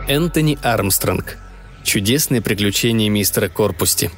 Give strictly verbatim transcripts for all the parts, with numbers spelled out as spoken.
Энтони Армстронг. Чудесные приключения мистера Корпусти.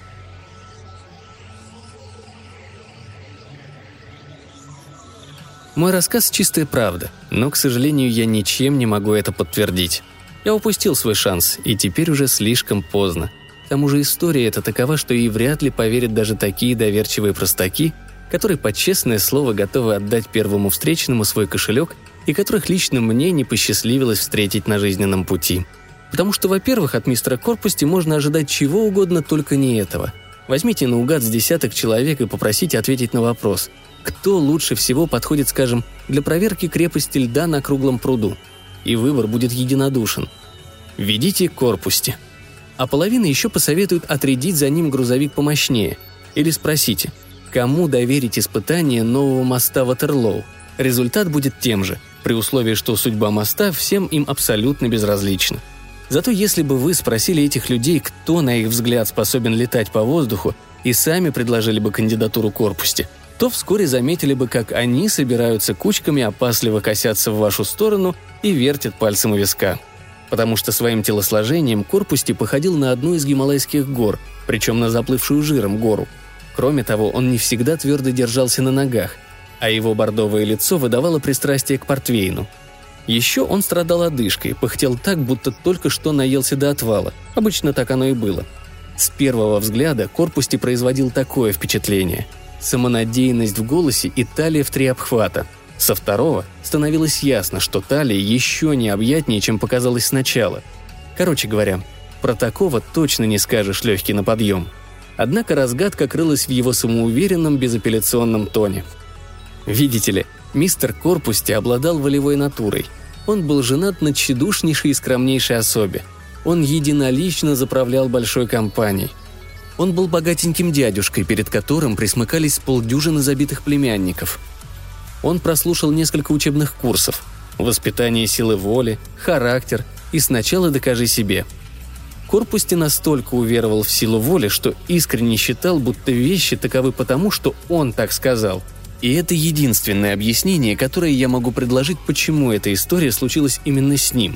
Мой рассказ – чистая правда, но, к сожалению, я ничем не могу это подтвердить. Я упустил свой шанс, и теперь уже слишком поздно. К тому же история эта такова, что ей вряд ли поверят даже такие доверчивые простаки, которые под честное слово готовы отдать первому встречному свой кошелек и которых лично мне не посчастливилось встретить на жизненном пути. Потому что, во-первых, от мистера Корпусти можно ожидать чего угодно, только не этого. Возьмите наугад с десяток человек и попросите ответить на вопрос, кто лучше всего подходит, скажем, для проверки крепости льда на круглом пруду. И выбор будет единодушен. Введите Корпусти. А половина еще посоветует отрядить за ним грузовик помощнее. Или спросите, кому доверить испытание нового моста Ватерлоу. Результат будет тем же, при условии, что судьба моста всем им абсолютно безразлична. Зато если бы вы спросили этих людей, кто, на их взгляд, способен летать по воздуху, и сами предложили бы кандидатуру Корпусти, то вскоре заметили бы, как они собираются кучками, опасливо косятся в вашу сторону и вертят пальцем у виска. Потому что своим телосложением Корпусти походил на одну из гималайских гор, причем на заплывшую жиром гору. Кроме того, он не всегда твердо держался на ногах, а его бордовое лицо выдавало пристрастие к портвейну. Еще он страдал одышкой, пыхтел так, будто только что наелся до отвала. Обычно так оно и было. С первого взгляда Корпусти производил такое впечатление. Самонадеянность в голосе и талия в три обхвата. Со второго становилось ясно, что талия еще необъятнее, чем показалось сначала. Короче говоря, про такого точно не скажешь легкий на подъем. Однако разгадка крылась в его самоуверенном, безапелляционном тоне. Видите ли, мистер Корпусти обладал волевой натурой. Он был женат на тщедушнейшей и скромнейшей особе. Он единолично заправлял большой компанией. Он был богатеньким дядюшкой, перед которым присмыкались полдюжины забитых племянников. Он прослушал несколько учебных курсов – воспитание силы воли, характер и сначала докажи себе. Корпусти настолько уверовал в силу воли, что искренне считал, будто вещи таковы потому, что он так сказал. И это единственное объяснение, которое я могу предложить, почему эта история случилась именно с ним.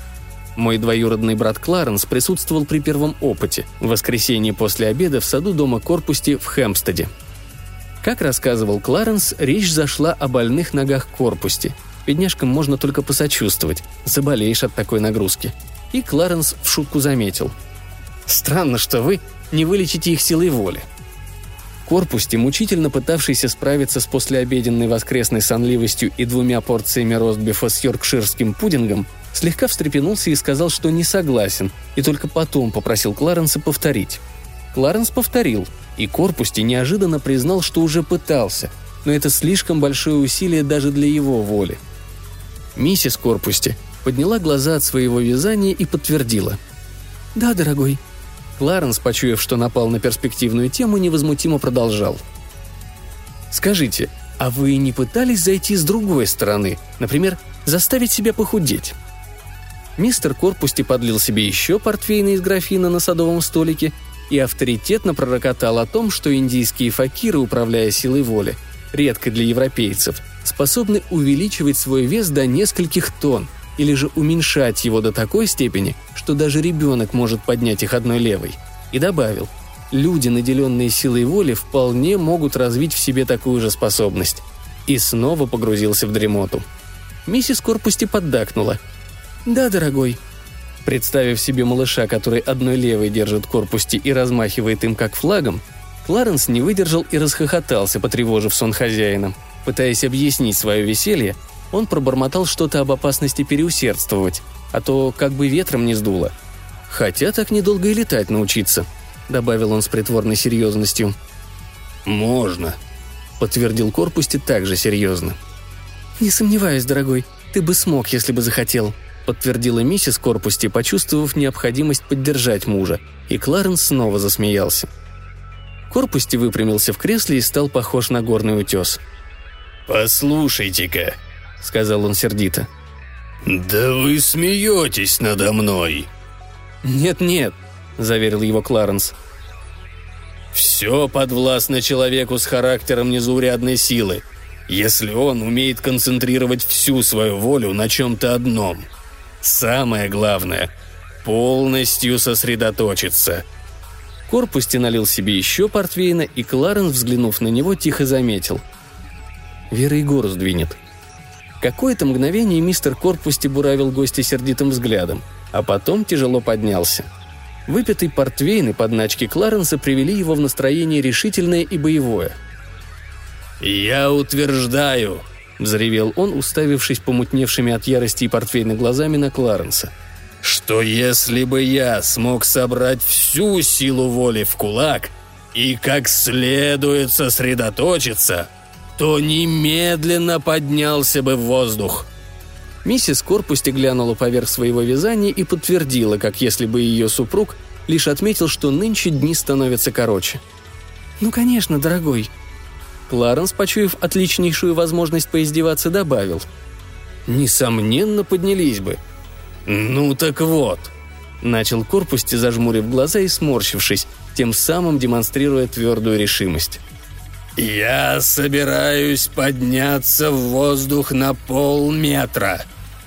Мой двоюродный брат Кларенс присутствовал при первом опыте, в воскресенье после обеда в саду дома Корпусти в Хэмпстеде. Как рассказывал Кларенс, речь зашла о больных ногах Корпусти. Бедняжкам можно только посочувствовать, заболеешь от такой нагрузки. И Кларенс в шутку заметил: «Странно, что вы не вылечите их силой воли». Корпусти, мучительно пытавшийся справиться с послеобеденной воскресной сонливостью и двумя порциями ростбифа с йоркширским пудингом, слегка встрепенулся и сказал, что не согласен, и только потом попросил Кларенса повторить. Кларенс повторил, и Корпусти неожиданно признал, что уже пытался, но это слишком большое усилие даже для его воли. Миссис Корпусти подняла глаза от своего вязания и подтвердила: «Да, дорогой». Кларенс, почуяв, что напал на перспективную тему, невозмутимо продолжал: «Скажите, а вы не пытались зайти с другой стороны, например, заставить себя похудеть?» Мистер Корпусти подлил себе еще портвейна из графина на садовом столике и авторитетно пророкотал о том, что индийские факиры, управляя силой воли, редко для европейцев, способны увеличивать свой вес до нескольких тонн, или же уменьшать его до такой степени, что даже ребенок может поднять их одной левой. И добавил: люди, наделенные силой воли, вполне могут развить в себе такую же способность. И снова погрузился в дремоту. Миссис Корпусти поддакнула: «Да, дорогой». Представив себе малыша, который одной левой держит Корпусти и размахивает им как флагом, Кларенс не выдержал и расхохотался, потревожив сон хозяина. Пытаясь объяснить свое веселье, он пробормотал что-то об опасности переусердствовать, а то как бы ветром не сдуло. «Хотя так недолго и летать научиться», — добавил он с притворной серьезностью. «Можно», — подтвердил Корпусти также серьезно. «Не сомневаюсь, дорогой, ты бы смог, если бы захотел», — подтвердила миссис Корпусти, почувствовав необходимость поддержать мужа, и Кларенс снова засмеялся. Корпусти выпрямился в кресле и стал похож на горный утес. «Послушайте-ка», — сказал он сердито. «Да вы смеетесь надо мной!» «Нет-нет», — заверил его Кларенс. «Все подвластно человеку с характером незаурядной силы, если он умеет концентрировать всю свою волю на чем-то одном. Самое главное полностью сосредоточиться». Корпусти налил себе еще портвейна, и Кларенс, взглянув на него, тихо заметил: «Вера и гору сдвинет». Какое-то мгновение мистер Корпусти буравил гостя сердитым взглядом, а потом тяжело поднялся. Выпитый портвейн и подначки Кларенса привели его в настроение решительное и боевое. «Я утверждаю», — взревел он, уставившись помутневшими от ярости и портвейна глазами на Кларенса, «что если бы я смог собрать всю силу воли в кулак и как следует сосредоточиться, то немедленно поднялся бы в воздух». Миссис Корпусти глянула поверх своего вязания и подтвердила, как если бы ее супруг лишь отметил, что нынче дни становятся короче. «Ну, конечно, дорогой». Кларенс, почуяв отличнейшую возможность поиздеваться, добавил: «Несомненно, поднялись бы». «Ну так вот», — начал Корпусти, зажмурив глаза и сморщившись, тем самым демонстрируя твердую решимость. «Я собираюсь подняться в воздух на полметра».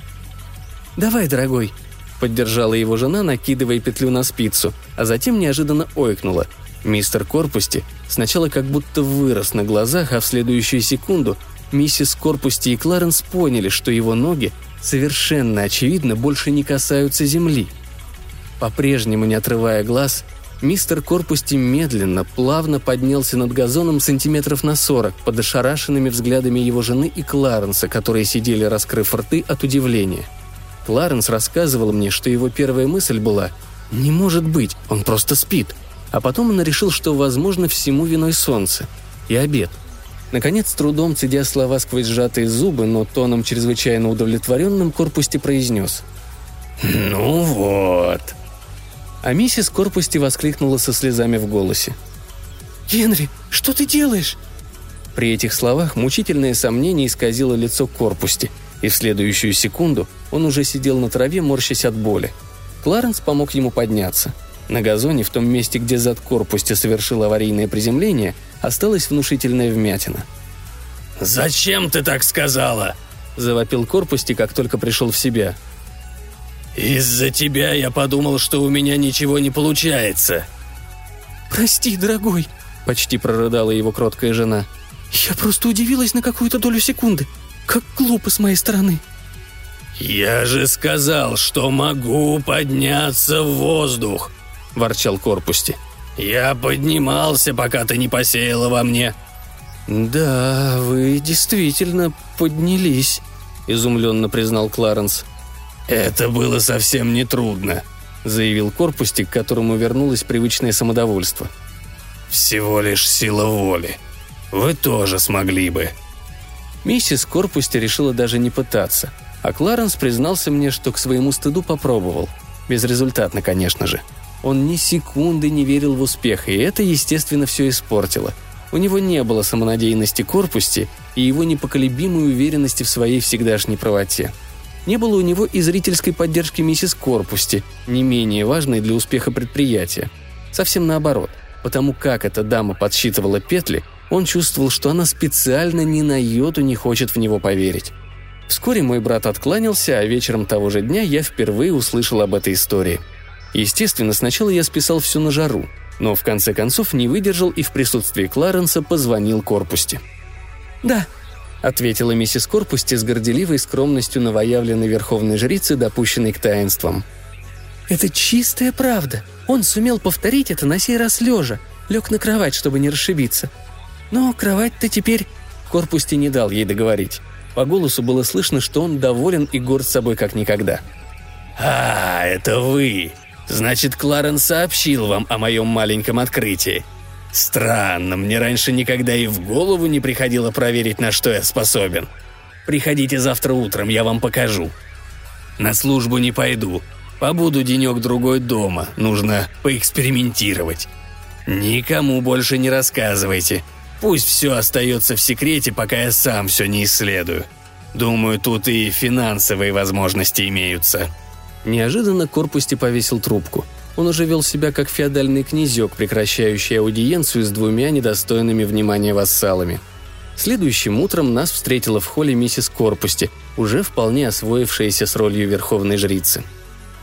«Давай, дорогой», — поддержала его жена, накидывая петлю на спицу, а затем неожиданно ойкнула. Мистер Корпусти сначала как будто вырос на глазах, а в следующую секунду миссис Корпусти и Кларенс поняли, что его ноги совершенно очевидно больше не касаются земли. По-прежнему не отрывая глаз, мистер Корпусти медленно, плавно поднялся над газоном сантиметров на сорок под ошарашенными взглядами его жены и Кларенса, которые сидели, раскрыв рты от удивления. Кларенс рассказывал мне, что его первая мысль была: «Не может быть, он просто спит». А потом он решил, что, возможно, всему виной солнце и обед. Наконец, с трудом цедя слова сквозь сжатые зубы, но тоном чрезвычайно удовлетворенным, Корпусти произнес: «Ну вот». А миссис Корпусти воскликнула со слезами в голосе: «Генри, что ты делаешь?» При этих словах мучительное сомнение исказило лицо Корпусти, и в следующую секунду он уже сидел на траве, морщась от боли. Кларенс помог ему подняться. На газоне, в том месте, где зад Корпусти совершил аварийное приземление, осталась внушительная вмятина. «Зачем ты так сказала?» – завопил Корпусти, как только пришел в себя. «Из-за тебя я подумал, что у меня ничего не получается». «Прости, дорогой», – почти прорыдала его кроткая жена. «Я просто удивилась на какую-то долю секунды. Как глупо с моей стороны». «Я же сказал, что могу подняться в воздух», – ворчал Корпусти. «Я поднимался, пока ты не посеяла во мне». «Да, вы действительно поднялись», – изумленно признал Кларенс. «Это было совсем нетрудно», – заявил Корпусти, к которому вернулось привычное самодовольство. «Всего лишь сила воли. Вы тоже смогли бы». Миссис Корпусти решила даже не пытаться, а Кларенс признался мне, что к своему стыду попробовал. Безрезультатно, конечно же. Он ни секунды не верил в успех, и это, естественно, все испортило. У него не было самонадеянности Корпусти и его непоколебимой уверенности в своей всегдашней правоте. Не было у него и зрительской поддержки миссис Корпусти, не менее важной для успеха предприятия. Совсем наоборот, потому как эта дама подсчитывала петли, он чувствовал, что она специально ни на йоту не хочет в него поверить. Вскоре мой брат откланялся, а вечером того же дня я впервые услышал об этой истории. Естественно, сначала я списал все на жару, но в конце концов не выдержал и в присутствии Кларенса позвонил Корпусти. «Да», — ответила миссис Корпусти с горделивой скромностью новоявленной верховной жрицы, допущенной к таинствам. «Это чистая правда. Он сумел повторить это на сей раз лежа, лег на кровать, чтобы не расшибиться. Но кровать-то теперь...» Корпусти не дал ей договорить. По голосу было слышно, что он доволен и горд собой как никогда. «А, это вы! Значит, Кларенс сообщил вам о моем маленьком открытии. Странно, мне раньше никогда и в голову не приходило проверить, на что я способен. Приходите завтра утром, я вам покажу. На службу не пойду. Побуду денек-другой дома, нужно поэкспериментировать. Никому больше не рассказывайте. Пусть все остается в секрете, пока я сам все не исследую. Думаю, тут и финансовые возможности имеются». Неожиданно Корпусти повесил трубку. Он уже вел себя как феодальный князек, прекращающий аудиенцию с двумя недостойными внимания вассалами. Следующим утром нас встретила в холле миссис Корпусти, уже вполне освоившаяся с ролью верховной жрицы.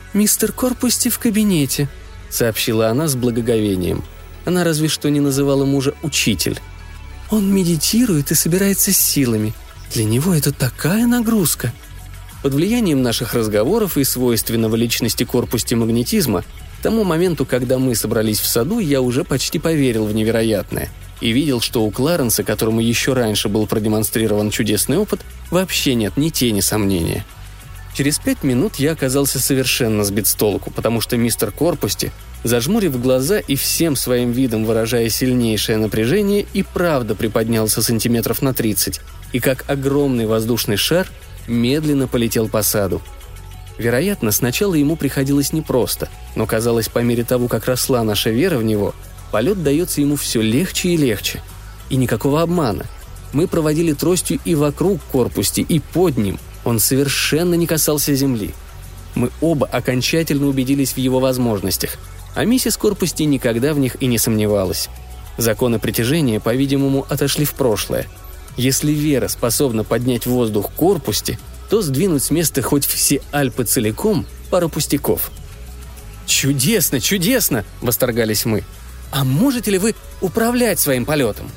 «Мистер Корпусти в кабинете», — сообщила она с благоговением. Она разве что не называла мужа «учитель». «Он медитирует и собирается с силами. Для него это такая нагрузка». Под влиянием наших разговоров и свойственного личности Корпусти магнетизма, к тому моменту, когда мы собрались в саду, я уже почти поверил в невероятное и видел, что у Кларенса, которому еще раньше был продемонстрирован чудесный опыт, вообще нет ни тени сомнения. Через пять минут я оказался совершенно сбит с толку, потому что мистер Корпусти, зажмурив глаза и всем своим видом выражая сильнейшее напряжение, и правда приподнялся сантиметров на тридцать, и как огромный воздушный шар медленно полетел по саду. Вероятно, сначала ему приходилось непросто, но казалось, по мере того, как росла наша вера в него, полет дается ему все легче и легче. И никакого обмана. Мы проводили тростью и вокруг Корпусти, и под ним. Он совершенно не касался земли. Мы оба окончательно убедились в его возможностях, а миссис Корпусти никогда в них и не сомневалась. Законы притяжения, по-видимому, отошли в прошлое. Если вера способна поднять в воздух Корпусти, то сдвинуть с места хоть все Альпы целиком – пара пустяков. «Чудесно, чудесно!» – восторгались мы. «А можете ли вы управлять своим полетом?»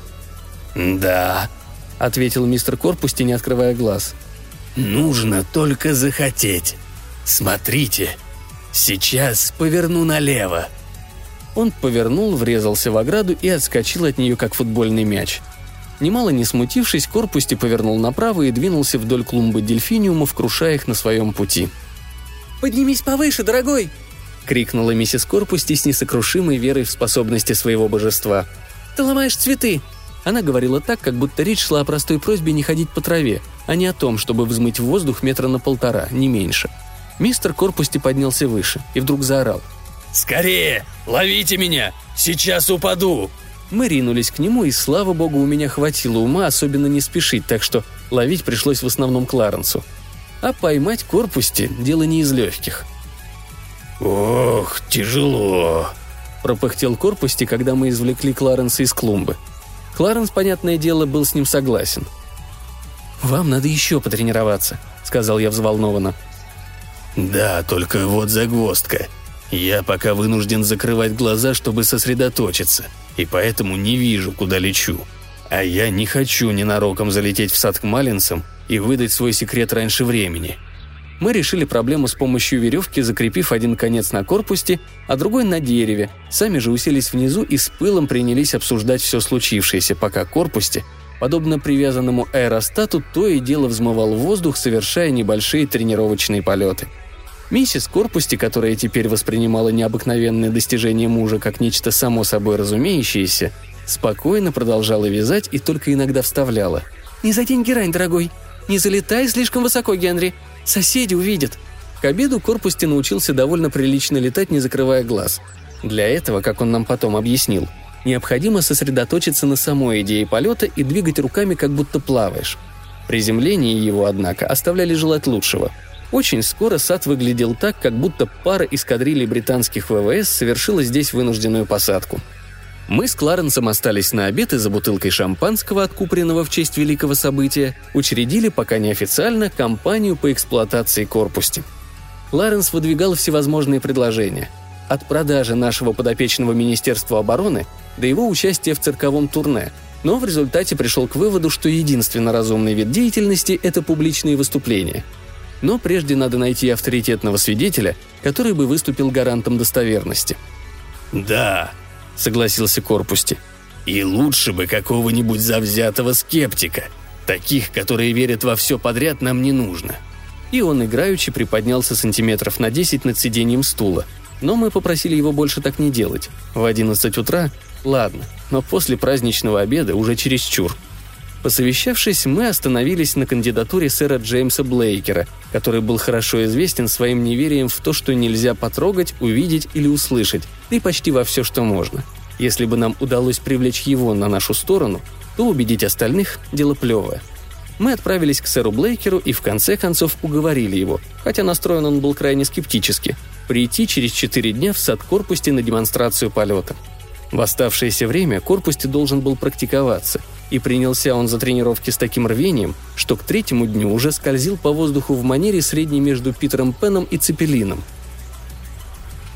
«Да», – ответил мистер Корпусти, не открывая глаз. «Нужно только захотеть. Смотрите, сейчас поверну налево». Он повернул, врезался в ограду и отскочил от нее, как футбольный мяч. Немало не смутившись, Корпусти повернул направо и двинулся вдоль клумбы дельфиниумов, крушая их на своем пути. «Поднимись повыше, дорогой!» — крикнула миссис Корпусти с несокрушимой верой в способности своего божества. «Ты ломаешь цветы!» Она говорила так, как будто речь шла о простой просьбе не ходить по траве, а не о том, чтобы взмыть в воздух метра на полтора, не меньше. Мистер Корпусти поднялся выше и вдруг заорал. «Скорее! Ловите меня! Сейчас упаду!» Мы ринулись к нему, и, слава богу, у меня хватило ума особенно не спешить, так что ловить пришлось в основном Кларенсу. А поймать Корпусти – дело не из легких. «Ох, тяжело!» – пропыхтел Корпусти, когда мы извлекли Кларенса из клумбы. Кларенс, понятное дело, был с ним согласен. «Вам надо еще потренироваться», — сказал я взволнованно. «Да, только вот загвоздка. Я пока вынужден закрывать глаза, чтобы сосредоточиться, и поэтому не вижу, куда лечу. А я не хочу ненароком залететь в сад к Маллинсам и выдать свой секрет раньше времени». Мы решили проблему с помощью веревки, закрепив один конец на Корпусти, а другой на дереве, сами же уселись внизу и с пылом принялись обсуждать все случившееся, пока Корпусти, подобно привязанному аэростату, то и дело взмывал в воздух, совершая небольшие тренировочные полеты. Миссис Корпусти, которая теперь воспринимала необыкновенное достижение мужа как нечто само собой разумеющееся, спокойно продолжала вязать и только иногда вставляла. «Не задень герань, дорогой! Не залетай слишком высоко, Генри! Соседи увидят!» К обеду Корпусти научился довольно прилично летать, не закрывая глаз. Для этого, как он нам потом объяснил, необходимо сосредоточиться на самой идее полета и двигать руками, как будто плаваешь. Приземление его, однако, оставляли желать лучшего. Очень скоро сад выглядел так, как будто пара эскадрилей британских ВВС совершила здесь вынужденную посадку. Мы с Кларенсом остались на обед и за бутылкой шампанского, откупоренного в честь великого события, учредили, пока неофициально, кампанию по эксплуатации Корпусти. Кларенс выдвигал всевозможные предложения. От продажи нашего подопечного Министерства обороны до его участия в цирковом турне, но в результате пришел к выводу, что единственно разумный вид деятельности – это публичные выступления. Но прежде надо найти авторитетного свидетеля, который бы выступил гарантом достоверности. «Да», — согласился Корпусти. «И лучше бы какого-нибудь завзятого скептика. Таких, которые верят во все подряд, нам не нужно». И он играючи приподнялся сантиметров на десять над сиденьем стула. Но мы попросили его больше так не делать. В одиннадцать утра – ладно, но после праздничного обеда уже чересчур. Посовещавшись, мы остановились на кандидатуре сэра Джеймса Блейкера, который был хорошо известен своим неверием в то, что нельзя потрогать, увидеть или услышать, да и почти во все, что можно. Если бы нам удалось привлечь его на нашу сторону, то убедить остальных – дело плевое. Мы отправились к сэру Блейкеру и в конце концов уговорили его, хотя настроен он был крайне скептически, прийти через четыре дня в сад Корпусти на демонстрацию полета. В оставшееся время Корпусти должен был практиковаться, и принялся он за тренировки с таким рвением, что к третьему дню уже скользил по воздуху в манере средней между Питером Пеном и Цепелином.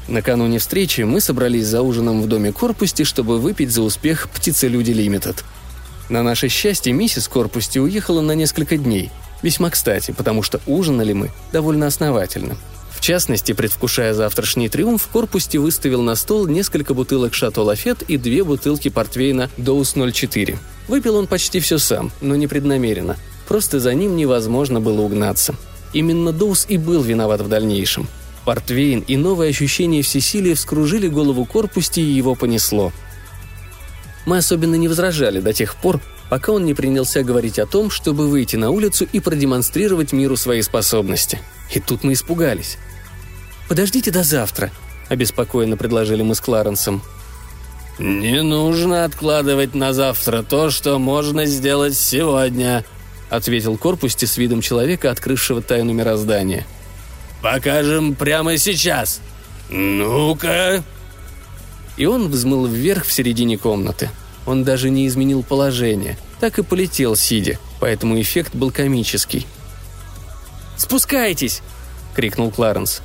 Накануне встречи мы собрались за ужином в доме Корпусти, чтобы выпить за успех «Птицелюди Лимитед». На наше счастье, миссис Корпусти уехала на несколько дней. Весьма кстати, потому что ужинали мы довольно основательно. В частности, предвкушая завтрашний триумф, Корпусти выставил на стол несколько бутылок «Шато Лафет» и две бутылки портвейна «Доус ноль четыре». Выпил он почти все сам, но непреднамеренно. Просто за ним невозможно было угнаться. Именно Доус и был виноват в дальнейшем. Портвейн и новые ощущения всесилия вскружили голову Корпусти, и его понесло. Мы особенно не возражали до тех пор, пока он не принялся говорить о том, чтобы выйти на улицу и продемонстрировать миру свои способности. И тут мы испугались. «Подождите до завтра», – обеспокоенно предложили мы с Кларенсом. «Не нужно откладывать на завтра то, что можно сделать сегодня», – ответил Корпусти с видом человека, открывшего тайну мироздания. «Покажем прямо сейчас. Ну-ка!» И он взмыл вверх в середине комнаты. Он даже не изменил положение, так и полетел сидя, поэтому эффект был комический. «Спускайтесь!» – крикнул Кларенс.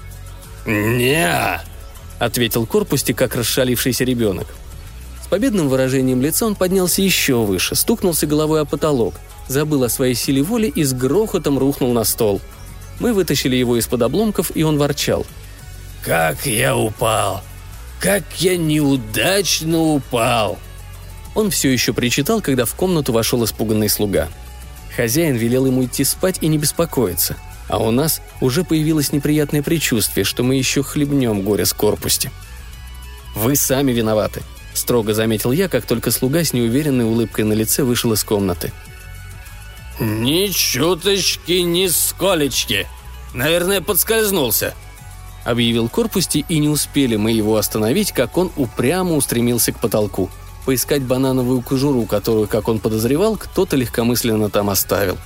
«Не-а!» – ответил Корпусти, как расшалившийся ребенок. С победным выражением лица он поднялся еще выше, стукнулся головой о потолок, забыл о своей силе воли и с грохотом рухнул на стол. Мы вытащили его из-под обломков, и он ворчал. «Как я упал! Как я неудачно упал!» Он все еще причитал, когда в комнату вошел испуганный слуга. Хозяин велел ему идти спать и не беспокоиться, а у нас уже появилось неприятное предчувствие, что мы еще хлебнем горе с Корпусти. «Вы сами виноваты», – строго заметил я, как только слуга с неуверенной улыбкой на лице вышел из комнаты. «Ни чуточки, ни сколечки. Наверное, подскользнулся», – объявил Корпусти, и не успели мы его остановить, как он упрямо устремился к потолку, поискать банановую кожуру, которую, как он подозревал, кто-то легкомысленно там оставил.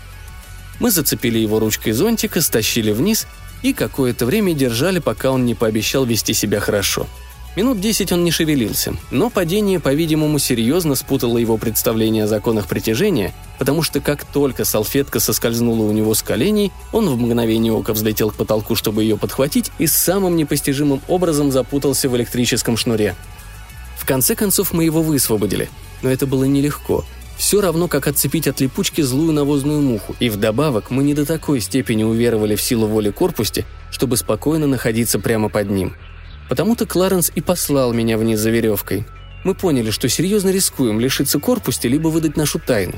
Мы зацепили его ручкой зонтика, стащили вниз и какое-то время держали, пока он не пообещал вести себя хорошо. Минут десять он не шевелился, но падение, по-видимому, серьезно спутало его представление о законах притяжения, потому что как только салфетка соскользнула у него с коленей, он в мгновение ока взлетел к потолку, чтобы ее подхватить, и самым непостижимым образом запутался в электрическом шнуре. В конце концов мы его высвободили, но это было нелегко. Все равно, как отцепить от липучки злую навозную муху, и вдобавок мы не до такой степени уверовали в силу воли Корпусти, чтобы спокойно находиться прямо под ним. Потому-то Кларенс и послал меня вниз за веревкой. Мы поняли, что серьезно рискуем лишиться Корпусти, либо выдать нашу тайну.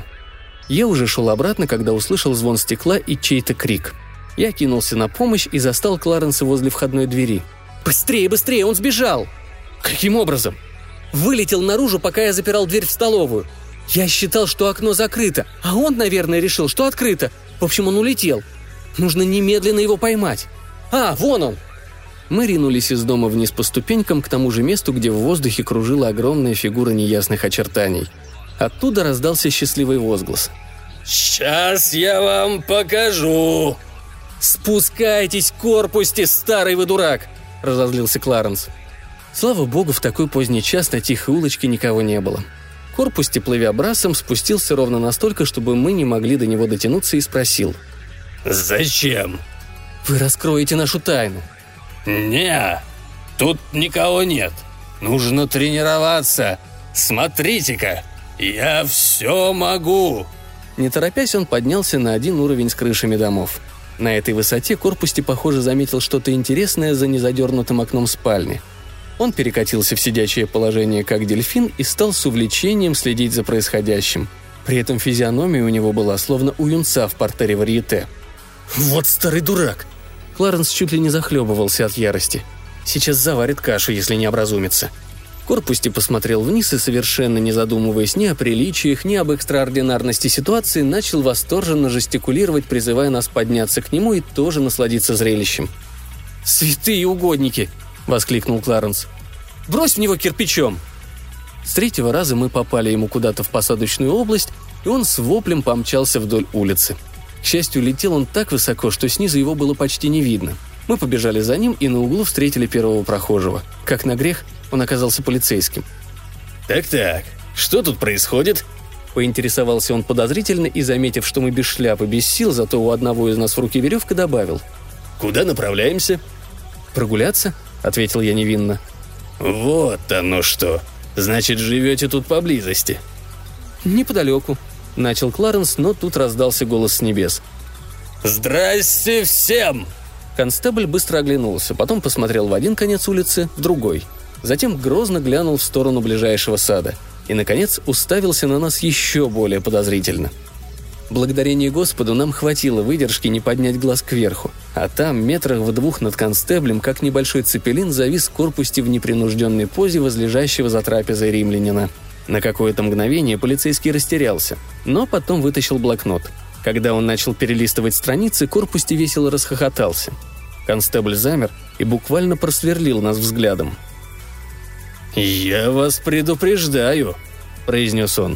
Я уже шел обратно, когда услышал звон стекла и чей-то крик. Я кинулся на помощь и застал Кларенса возле входной двери. «Быстрее, быстрее, он сбежал!» «Каким образом?» «Вылетел наружу, пока я запирал дверь в столовую. Я считал, что окно закрыто, а он, наверное, решил, что открыто. В общем, он улетел. Нужно немедленно его поймать. А, вон он!» Мы ринулись из дома вниз по ступенькам к тому же месту, где в воздухе кружила огромная фигура неясных очертаний. Оттуда раздался счастливый возглас. «Сейчас я вам покажу!» «Спускайтесь, Корпусти, старый вы дурак!» – разозлился Кларенс. Слава богу, в такой поздний час на тихой улочке никого не было. Корпусти, плывя брасом, спустился ровно настолько, чтобы мы не могли до него дотянуться, и спросил. «Зачем?» «Вы раскроете нашу тайну». «Не, тут никого нет. Нужно тренироваться. Смотрите-ка, я все могу!» Не торопясь, он поднялся на один уровень с крышами домов. На этой высоте Корпусти, похоже, заметил что-то интересное за незадернутым окном спальни. Он перекатился в сидячее положение, как дельфин, и стал с увлечением следить за происходящим. При этом физиономия у него была словно у юнца в портере варьете. «Вот старый дурак!» Кларенс чуть ли не захлебывался от ярости. «Сейчас заварит кашу, если не образумится». Корпусти посмотрел вниз и, совершенно не задумываясь ни о приличиях, ни об экстраординарности ситуации, начал восторженно жестикулировать, призывая нас подняться к нему и тоже насладиться зрелищем. «Святые угодники!» – воскликнул Кларенс. «Брось в него кирпичом!» С третьего раза мы попали ему куда-то в посадочную область, и он с воплем помчался вдоль улицы. К счастью, летел он так высоко, что снизу его было почти не видно. Мы побежали за ним и на углу встретили первого прохожего. Как на грех, он оказался полицейским. «Так-так, что тут происходит?» Поинтересовался он подозрительно и, заметив, что мы без шляпы, без сил, зато у одного из нас в руке веревка, добавил. «Куда направляемся?» «Прогуляться. — ответил я невинно. «Вот оно что! Значит, живете тут поблизости?» «Неподалеку», — начал Кларенс, но тут раздался голос с небес. «Здрасте всем!» Констебль быстро оглянулся, потом посмотрел в один конец улицы, в другой. Затем грозно глянул в сторону ближайшего сада и, наконец, уставился на нас еще более подозрительно. Благодарение Господу нам хватило выдержки не поднять глаз кверху, а там, метрах в двух над констеблем, как небольшой цепелин, завис Корпусти в непринужденной позе возлежащего за трапезой римлянина. На какое-то мгновение полицейский растерялся, но потом вытащил блокнот. Когда он начал перелистывать страницы, Корпусти весело расхохотался. Констебль замер и буквально просверлил нас взглядом. «Я вас предупреждаю», — произнес он.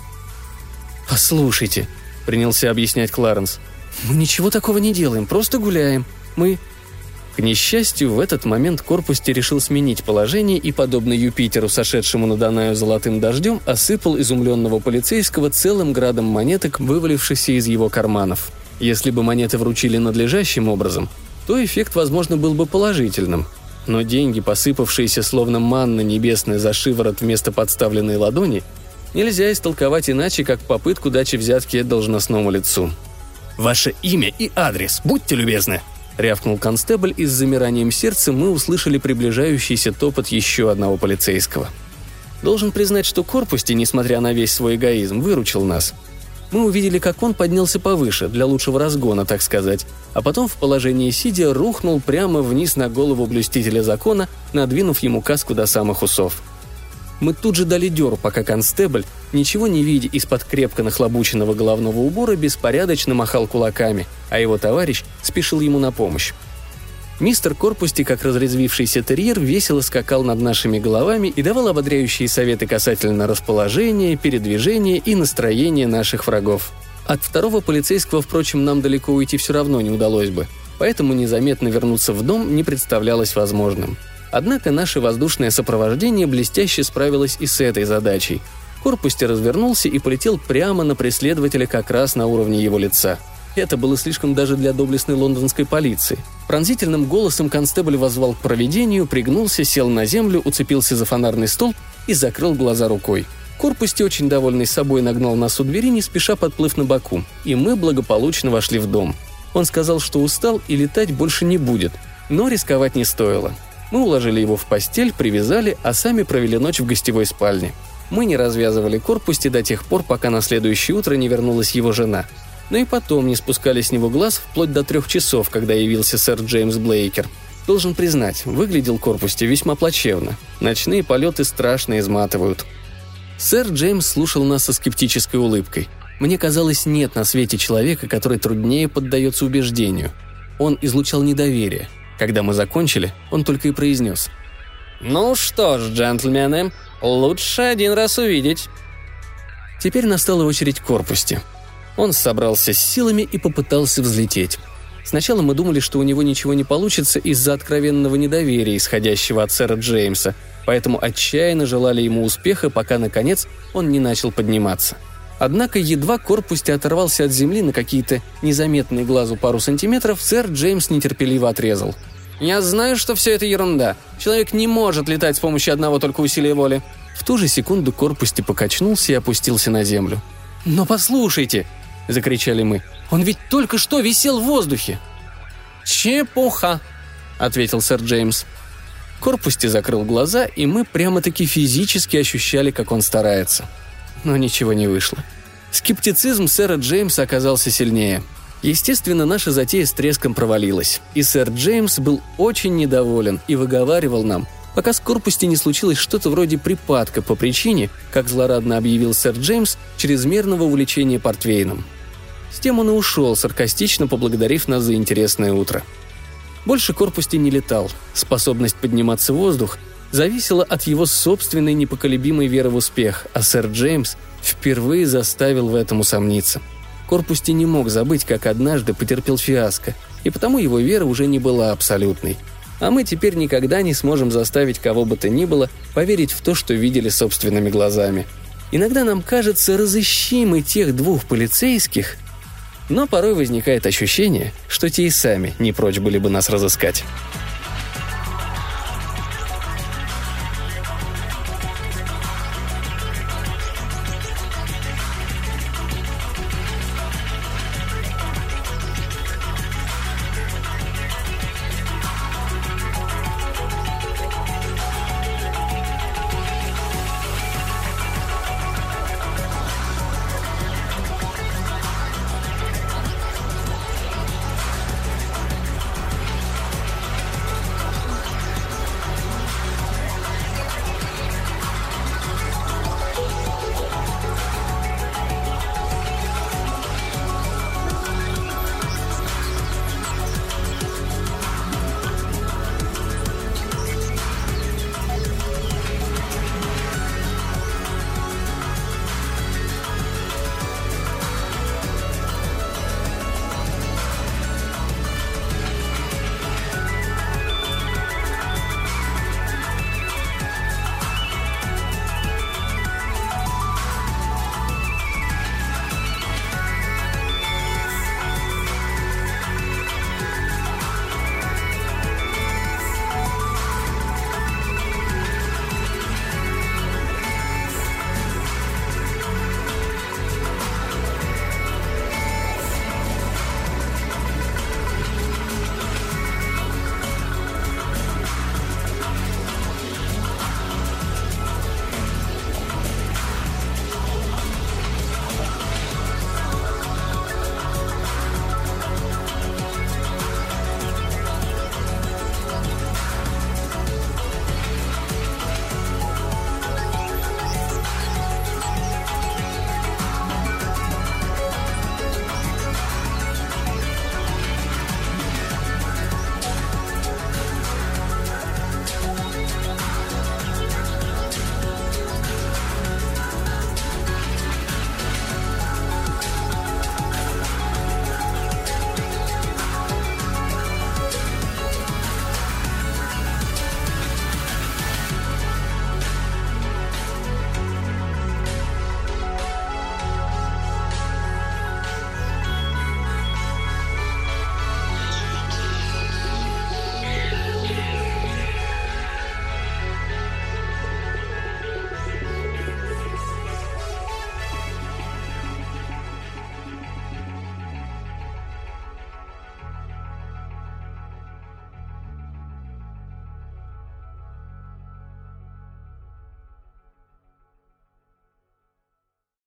«Послушайте», — принялся объяснять Кларенс, — «мы ничего такого не делаем, просто гуляем. Мы...» К несчастью, в этот момент Корпусти решил сменить положение и, подобно Юпитеру, сошедшему на Данаю золотым дождем, осыпал изумленного полицейского целым градом монеток, вывалившихся из его карманов. Если бы монеты вручили надлежащим образом, то эффект, возможно, был бы положительным. Но деньги, посыпавшиеся словно манна небесная за шиворот вместо подставленной ладони, нельзя истолковать иначе, как попытку дачи взятки должностному лицу. «Ваше имя и адрес, будьте любезны», — рявкнул констебль, и с замиранием сердца мы услышали приближающийся топот еще одного полицейского. Должен признать, что Корпусти, несмотря на весь свой эгоизм, выручил нас. Мы увидели, как он поднялся повыше, для лучшего разгона, так сказать, а потом в положении сидя рухнул прямо вниз на голову блюстителя закона, надвинув ему каску до самых усов. Мы тут же дали дёру, пока констебль, ничего не видя из-под крепко нахлобученного головного убора, беспорядочно махал кулаками, а его товарищ спешил ему на помощь. Мистер Корпусти, как разрезвившийся терьер, весело скакал над нашими головами и давал ободряющие советы касательно расположения, передвижения и настроения наших врагов. От второго полицейского, впрочем, нам далеко уйти все равно не удалось бы, поэтому незаметно вернуться в дом не представлялось возможным. Однако наше воздушное сопровождение блестяще справилось и с этой задачей. Корпусти развернулся и полетел прямо на преследователя как раз на уровне его лица. Это было слишком даже для доблестной лондонской полиции. Пронзительным голосом констебль воззвал к провидению, пригнулся, сел на землю, уцепился за фонарный столб и закрыл глаза рукой. Корпусти, очень довольный собой, нагнал нас у двери, не спеша подплыв на боку, и мы благополучно вошли в дом. Он сказал, что устал и летать больше не будет, но рисковать не стоило. Мы уложили его в постель, привязали, а сами провели ночь в гостевой спальне. Мы не развязывали Корпусти до тех пор, пока на следующее утро не вернулась его жена. Но и потом не спускали с него глаз вплоть до трех часов, когда явился сэр Джеймс Блейкер. Должен признать, выглядел Корпусти весьма плачевно. Ночные полеты страшно изматывают. Сэр Джеймс слушал нас со скептической улыбкой. Мне казалось, нет на свете человека, который труднее поддается убеждению. Он излучал недоверие. Когда мы закончили, он только и произнес: «Ну что ж, джентльмены, лучше один раз увидеть». Теперь настала очередь Корпусти. Он собрался с силами и попытался взлететь. Сначала мы думали, что у него ничего не получится из-за откровенного недоверия, исходящего от сэра Джеймса, поэтому отчаянно желали ему успеха, пока, наконец, он не начал подниматься. Однако едва Корпусти оторвался от земли на какие-то незаметные глазу пару сантиметров, сэр Джеймс нетерпеливо отрезал: «Я знаю, что все это ерунда. Человек не может летать с помощью одного только усилия воли». В ту же секунду Корпусти покачнулся и опустился на землю. «Но послушайте!» – закричали мы. «Он ведь только что висел в воздухе!» «Чепуха!» – ответил сэр Джеймс. Корпусти закрыл глаза, и мы прямо-таки физически ощущали, как он старается. Но ничего не вышло. Скептицизм сэра Джеймса оказался сильнее. Естественно, наша затея с треском провалилась, и сэр Джеймс был очень недоволен и выговаривал нам, пока с Корпусти не случилось что-то вроде припадка по причине, как злорадно объявил сэр Джеймс, чрезмерного увлечения портвейном. С тем он и ушел, саркастично поблагодарив нас за интересное утро. Больше Корпусти не летал. Способность подниматься в воздух зависела от его собственной непоколебимой веры в успех, а сэр Джеймс впервые заставил в этом усомниться. Корпусти не мог забыть, как однажды потерпел фиаско, и потому его вера уже не была абсолютной. А мы теперь никогда не сможем заставить кого бы то ни было поверить в то, что видели собственными глазами. Иногда нам кажется, разыщи мы тех двух полицейских, но порой возникает ощущение, что те и сами не прочь были бы нас разыскать.